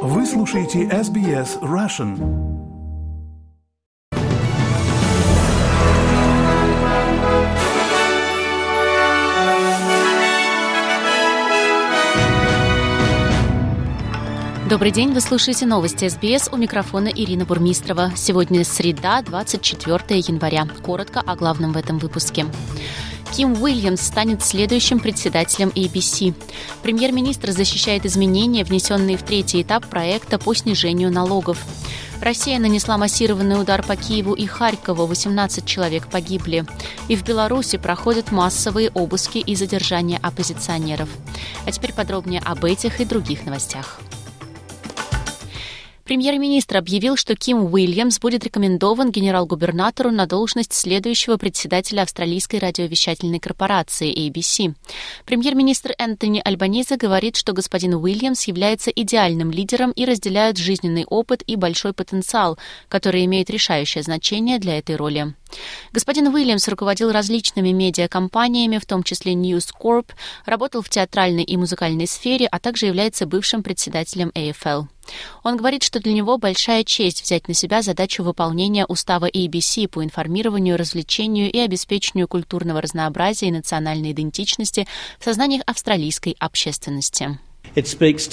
Вы слушаете SBS Russian. Добрый день, вы слушаете новости СБС, у микрофона Ирина Бурмистрова. Сегодня среда, 24 января. Коротко о главном в этом выпуске. Ким Уильямс станет следующим председателем ABC. Премьер-министр защищает изменения, внесенные в третий этап проекта по снижению налогов. Россия нанесла массированный удар по Киеву и Харькову, 18 человек погибли. И в Беларуси проходят массовые обыски и задержания оппозиционеров. А теперь подробнее об этих и других новостях. Премьер-министр объявил, что Ким Уильямс будет рекомендован генерал-губернатору на должность следующего председателя австралийской радиовещательной корпорации ABC. Премьер-министр Энтони Альбанезе говорит, что господин Уильямс является идеальным лидером и разделяет жизненный опыт и большой потенциал, которые имеют решающее значение для этой роли. Господин Уильямс руководил различными медиакомпаниями, в том числе News Corp, работал в театральной и музыкальной сфере, а также является бывшим председателем AFL. Он говорит, что для него большая честь взять на себя задачу выполнения устава ABC по информированию, развлечению и обеспечению культурного разнообразия и национальной идентичности в сознаниях австралийской общественности. Это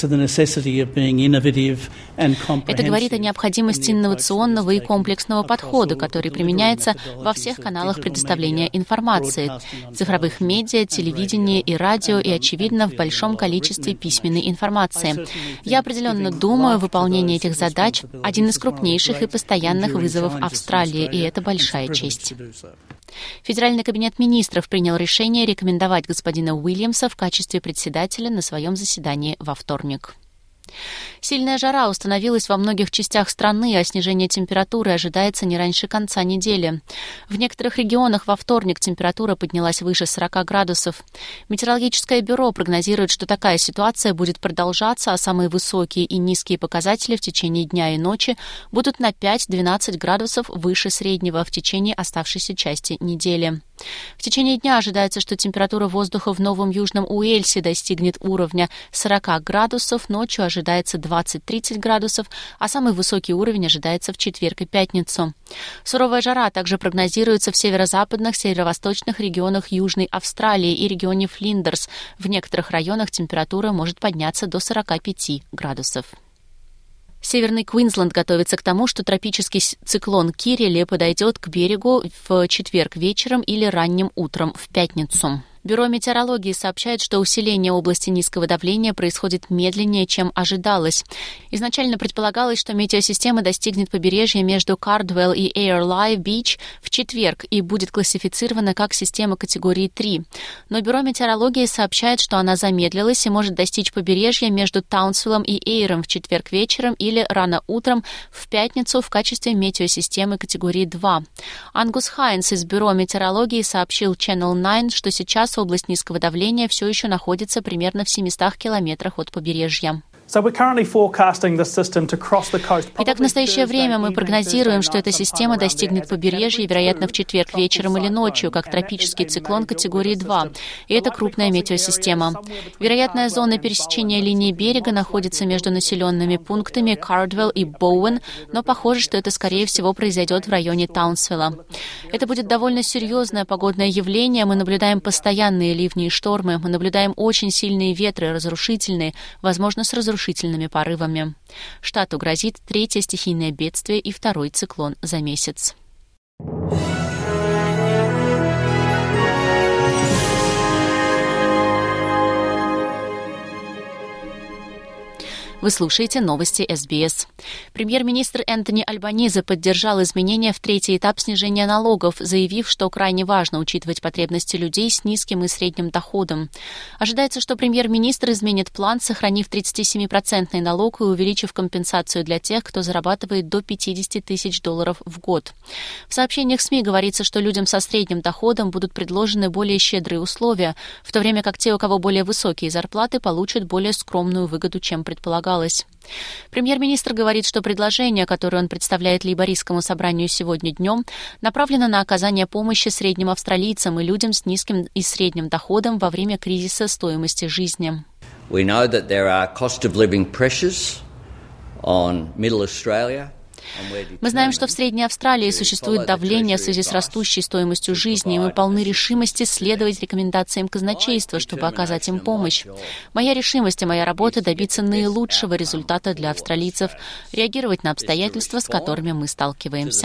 говорит о необходимости инновационного и комплексного подхода, который применяется во всех каналах предоставления информации, цифровых медиа, телевидении и радио и, очевидно, в большом количестве письменной информации. Я определенно думаю, выполнение этих задач – один из крупнейших и постоянных вызовов Австралии, и это большая честь. Федеральный кабинет министров принял решение рекомендовать господина Уильямса в качестве председателя на своем заседании во вторник. Сильная жара установилась во многих частях страны, а снижение температуры ожидается не раньше конца недели. В некоторых регионах во вторник температура поднялась выше 40 градусов. Метеорологическое бюро прогнозирует, что такая ситуация будет продолжаться, а самые высокие и низкие показатели в течение дня и ночи будут на 5-12 градусов выше среднего в течение оставшейся части недели. В течение дня ожидается, что температура воздуха в Новом Южном Уэльсе достигнет уровня 40 градусов, ночью ожидается 20-30 градусов, а самый высокий уровень ожидается в четверг и пятницу. Суровая жара также прогнозируется в северо-западных, северо-восточных регионах Южной Австралии и регионе Флиндерс. В некоторых районах температура может подняться до 45 градусов. Северный Квинсленд готовится к тому, что тропический циклон Киррилли подойдет к берегу в четверг вечером или ранним утром в пятницу. Бюро метеорологии сообщает, что усиление области низкого давления происходит медленнее, чем ожидалось. Изначально предполагалось, что метеосистема достигнет побережья между Кардвелл и Эйрлайв-Бич в четверг и будет классифицирована как система категории 3. Но Бюро метеорологии сообщает, что она замедлилась и может достичь побережья между Таунсвиллом и Эйром в четверг вечером или рано утром в пятницу в качестве метеосистемы категории 2. Ангус Хайнс из Бюро метеорологии сообщил Channel 9, что сейчас область низкого давления все еще находится примерно в 700 километрах от побережья. Итак, в настоящее время мы прогнозируем, что эта система достигнет побережья, вероятно, в четверг вечером или ночью, как тропический циклон категории 2. И это крупная метеосистема. Вероятная зона пересечения линии берега находится между населенными пунктами Кардвелл и Боуэн, но похоже, что это, скорее всего, произойдет в районе Таунсвилла. Это будет довольно серьезное погодное явление. Мы наблюдаем постоянные ливни и штормы. Мы наблюдаем очень сильные ветры, разрушительные, возможно, с разрушительными порывами. Штату грозит третье стихийное бедствие и второй циклон за месяц. Вы слушаете новости СБС. Премьер-министр Энтони Альбанезе поддержал изменения в третий этап снижения налогов, заявив, что крайне важно учитывать потребности людей с низким и средним доходом. Ожидается, что премьер-министр изменит план, сохранив 37% налог и увеличив компенсацию для тех, кто зарабатывает до $50 тысяч в год. В сообщениях СМИ говорится, что людям со средним доходом будут предложены более щедрые условия, в то время как те, у кого более высокие зарплаты, получат более скромную выгоду, чем предполагалось. Премьер-министр говорит, что предложение, которое он представляет лейбористскому собранию сегодня днем, направлено на оказание помощи средним австралийцам и людям с низким и средним доходом во время кризиса стоимости жизни. We know that there are cost of living pressures Мы знаем, что в Средней Австралии существует давление в связи с растущей стоимостью жизни, и мы полны решимости следовать рекомендациям казначейства, чтобы оказать им помощь. Моя решимость и моя работа добиться наилучшего результата для австралийцев, реагировать на обстоятельства, с которыми мы сталкиваемся.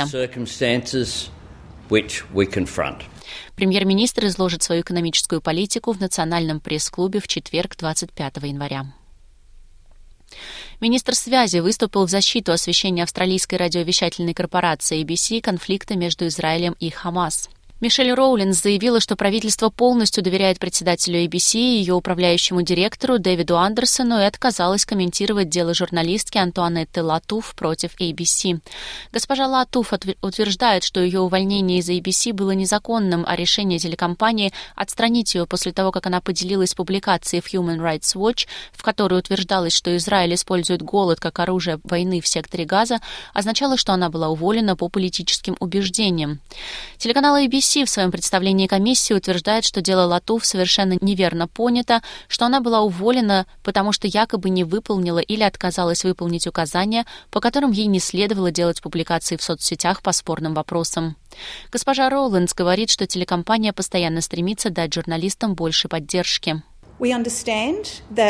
Премьер-министр изложит свою экономическую политику в Национальном пресс-клубе в четверг, 25 января. Министр связи выступил в защиту освещения австралийской радиовещательной корпорации ABC конфликта между Израилем и Хамас. Мишель Роулинс заявила, что правительство полностью доверяет председателю ABC и ее управляющему директору Дэвиду Андерсону и отказалась комментировать дело журналистки Антуанетты Латуф против ABC. Госпожа Латуф утверждает, что ее увольнение из ABC было незаконным, а решение телекомпании отстранить ее после того, как она поделилась публикацией в Human Rights Watch, в которой утверждалось, что Израиль использует голод как оружие войны в секторе Газа, означало, что она была уволена по политическим убеждениям. Телеканал ABC в своем представлении комиссии утверждает, что дело Латуф совершенно неверно понято, что она была уволена, потому что якобы не выполнила или отказалась выполнить указания, по которым ей не следовало делать публикации в соцсетях по спорным вопросам. Госпожа Роулинс говорит, что телекомпания постоянно стремится дать журналистам больше поддержки. Мы понимаем,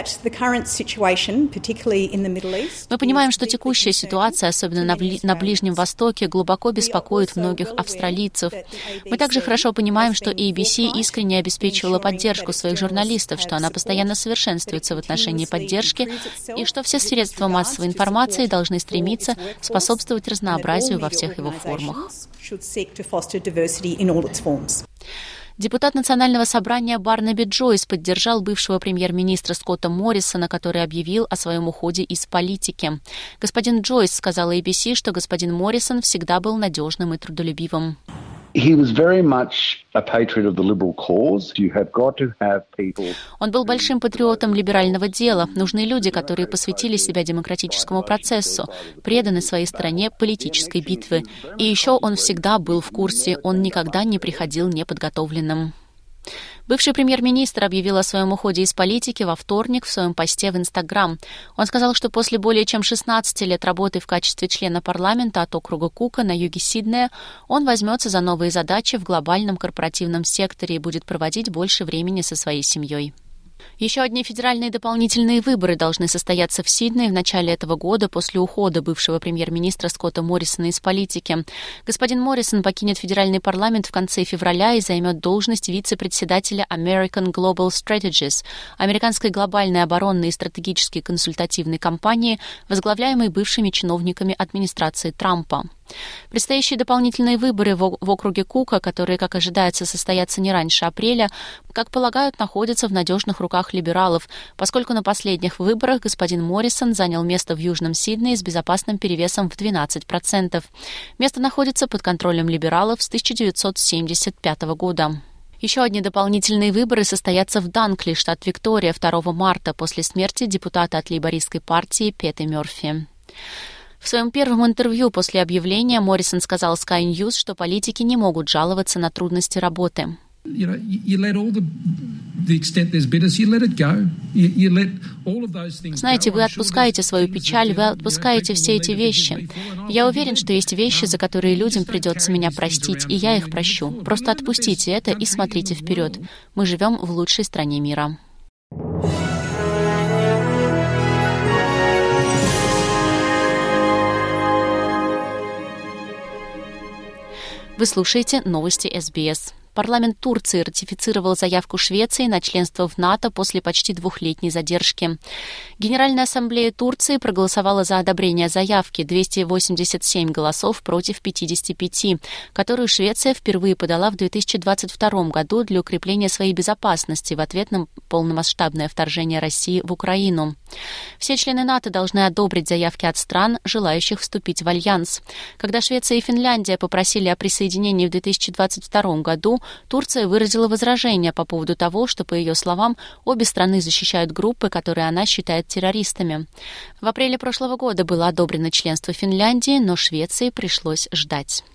что текущая ситуация, особенно на Ближнем Востоке, глубоко беспокоит многих австралийцев. Мы также хорошо понимаем, что ABC искренне обеспечивала поддержку своих журналистов, что она постоянно совершенствуется в отношении поддержки, и что все средства массовой информации должны стремиться способствовать разнообразию во всех его формах. Депутат Национального собрания Барнаби Джойс поддержал бывшего премьер-министра Скотта Моррисона, который объявил о своем уходе из политики. Господин Джойс сказал ABC, что господин Моррисон всегда был надежным и трудолюбивым. Он был большим патриотом либерального дела. Нужны люди, которые посвятили себя демократическому процессу, преданы своей стране политической битвы. И еще он всегда был в курсе, он никогда не приходил неподготовленным. Бывший премьер-министр объявил о своем уходе из политики во вторник в своем посте в Инстаграм. Он сказал, что после более чем 16 лет работы в качестве члена парламента от округа Кука на юге Сиднея он возьмется за новые задачи в глобальном корпоративном секторе и будет проводить больше времени со своей семьей. Еще одни федеральные дополнительные выборы должны состояться в Сиднее в начале этого года после ухода бывшего премьер-министра Скотта Моррисона из политики. Господин Моррисон покинет федеральный парламент в конце февраля и займет должность вице-председателя American Global Strategies, американской глобальной оборонной и стратегической консультативной компании, возглавляемой бывшими чиновниками администрации Трампа. Предстоящие дополнительные выборы в округе Кука, которые, как ожидается, состоятся не раньше апреля, как полагают, находятся в надежных руках либералов, поскольку на последних выборах господин Моррисон занял место в Южном Сиднее с безопасным перевесом в 12%. Место находится под контролем либералов с 1975 года. Еще одни дополнительные выборы состоятся в Данкли, штат Виктория, 2 марта, после смерти депутата от лейбористской партии Петти Мёрфи. В своем первом интервью после объявления Моррисон сказал Sky News, что политики не могут жаловаться на трудности работы. Знаете, вы отпускаете свою печаль, вы отпускаете все эти вещи. Я уверен, что есть вещи, за которые людям придется меня простить, и я их прощу. Просто отпустите это и смотрите вперед. Мы живем в лучшей стране мира. Вы слушаете новости СБС. Парламент Турции ратифицировал заявку Швеции на членство в НАТО после почти 2-летней задержки. Генеральная ассамблея Турции проголосовала за одобрение заявки 287 голосов против 55, которую Швеция впервые подала в 2022 году для укрепления своей безопасности в ответ на полномасштабное вторжение России в Украину. Все члены НАТО должны одобрить заявки от стран, желающих вступить в альянс. Когда Швеция и Финляндия попросили о присоединении в 2022 году, Турция выразила возражение по поводу того, что, по ее словам, обе страны защищают группы, которые она считает террористами. В апреле прошлого года было одобрено членство Финляндии, но Швеции пришлось ждать.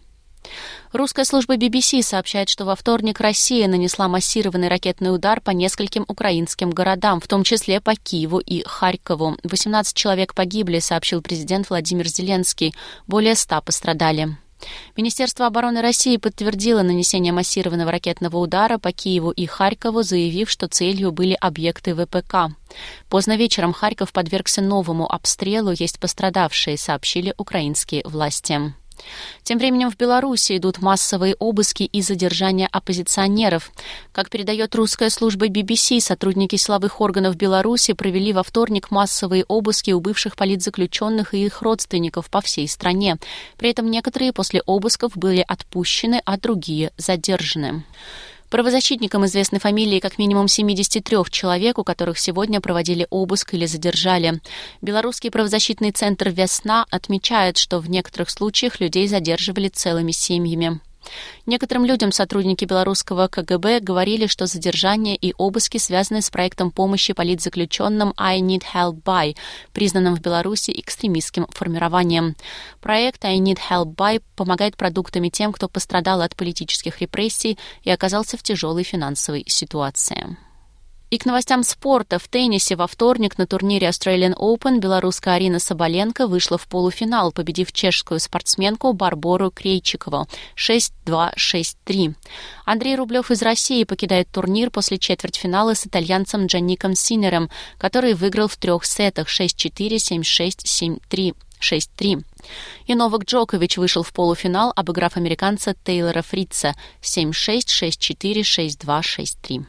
Русская служба BBC сообщает, что во вторник Россия нанесла массированный ракетный удар по нескольким украинским городам, в том числе по Киеву и Харькову. 18 человек погибли, сообщил президент Владимир Зеленский. Более 100 пострадали. Министерство обороны России подтвердило нанесение массированного ракетного удара по Киеву и Харькову, заявив, что целью были объекты ВПК. Поздно вечером Харьков подвергся новому обстрелу, есть пострадавшие, сообщили украинские власти. Тем временем в Беларуси идут массовые обыски и задержания оппозиционеров. Как передает русская служба BBC, сотрудники силовых органов Беларуси провели во вторник массовые обыски у бывших политзаключенных и их родственников по всей стране. При этом некоторые после обысков были отпущены, а другие задержаны. Правозащитникам известны фамилии как минимум 73 человек, у которых сегодня проводили обыск или задержали. Белорусский правозащитный центр «Весна» отмечает, что в некоторых случаях людей задерживали целыми семьями. Некоторым людям сотрудники белорусского КГБ говорили, что задержания и обыски связаны с проектом помощи политзаключенным I Need Help By, признанным в Беларуси экстремистским формированием. Проект I Need Help By помогает продуктами тем, кто пострадал от политических репрессий и оказался в тяжелой финансовой ситуации. И к новостям спорта. В теннисе во вторник на турнире Australian Open белорусская Арина Соболенко вышла в полуфинал, победив чешскую спортсменку Барбору Крейчикову 6-2, 6-3. Андрей Рублев из России покидает турнир после четвертьфинала с итальянцем Джанником Синнером, который выиграл в 3 сетах 6-4, 7-6, 7-3. 6-3. И Новак Джокович вышел в полуфинал, обыграв американца Тейлора Фрица 7-6, 6-4, 6-2, 6-3.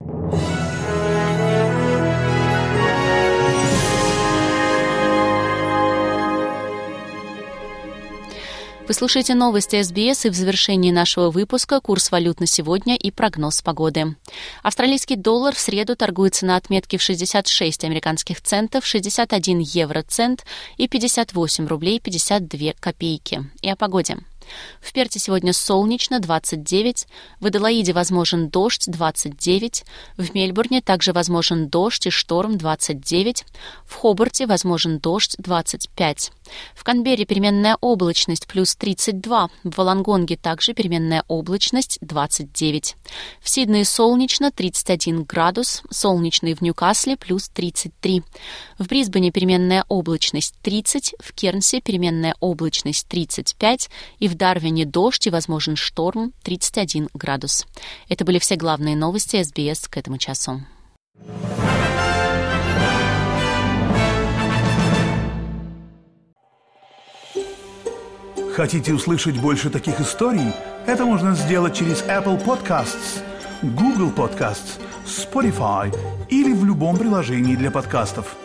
Вы слушаете новости СБС, и в завершении нашего выпуска курс валют на сегодня и прогноз погоды. Австралийский доллар в среду торгуется на отметке в 66 американских центов, 61 евроцент и 58 рублей 52 копейки. И о погоде. В Перте сегодня солнечно, 29, в Аделаиде возможен дождь, 29, в Мельбурне также возможен дождь и шторм, 29, в Хобарте возможен дождь, 25, в Канберре переменная облачность, плюс 32, в Волонгонге также переменная облачность, 29, в Сиднее солнечно, 31 градус, солнечный в Ньюкасле, плюс 33, в Брисбене переменная облачность, 30, в Кернсе переменная облачность, 35 и в Дарвине дождь и возможен шторм, 31 градус. Это были все главные новости СБС к этому часу. Хотите услышать больше таких историй? Это можно сделать через Apple Podcasts, Google Podcasts, Spotify или в любом приложении для подкастов.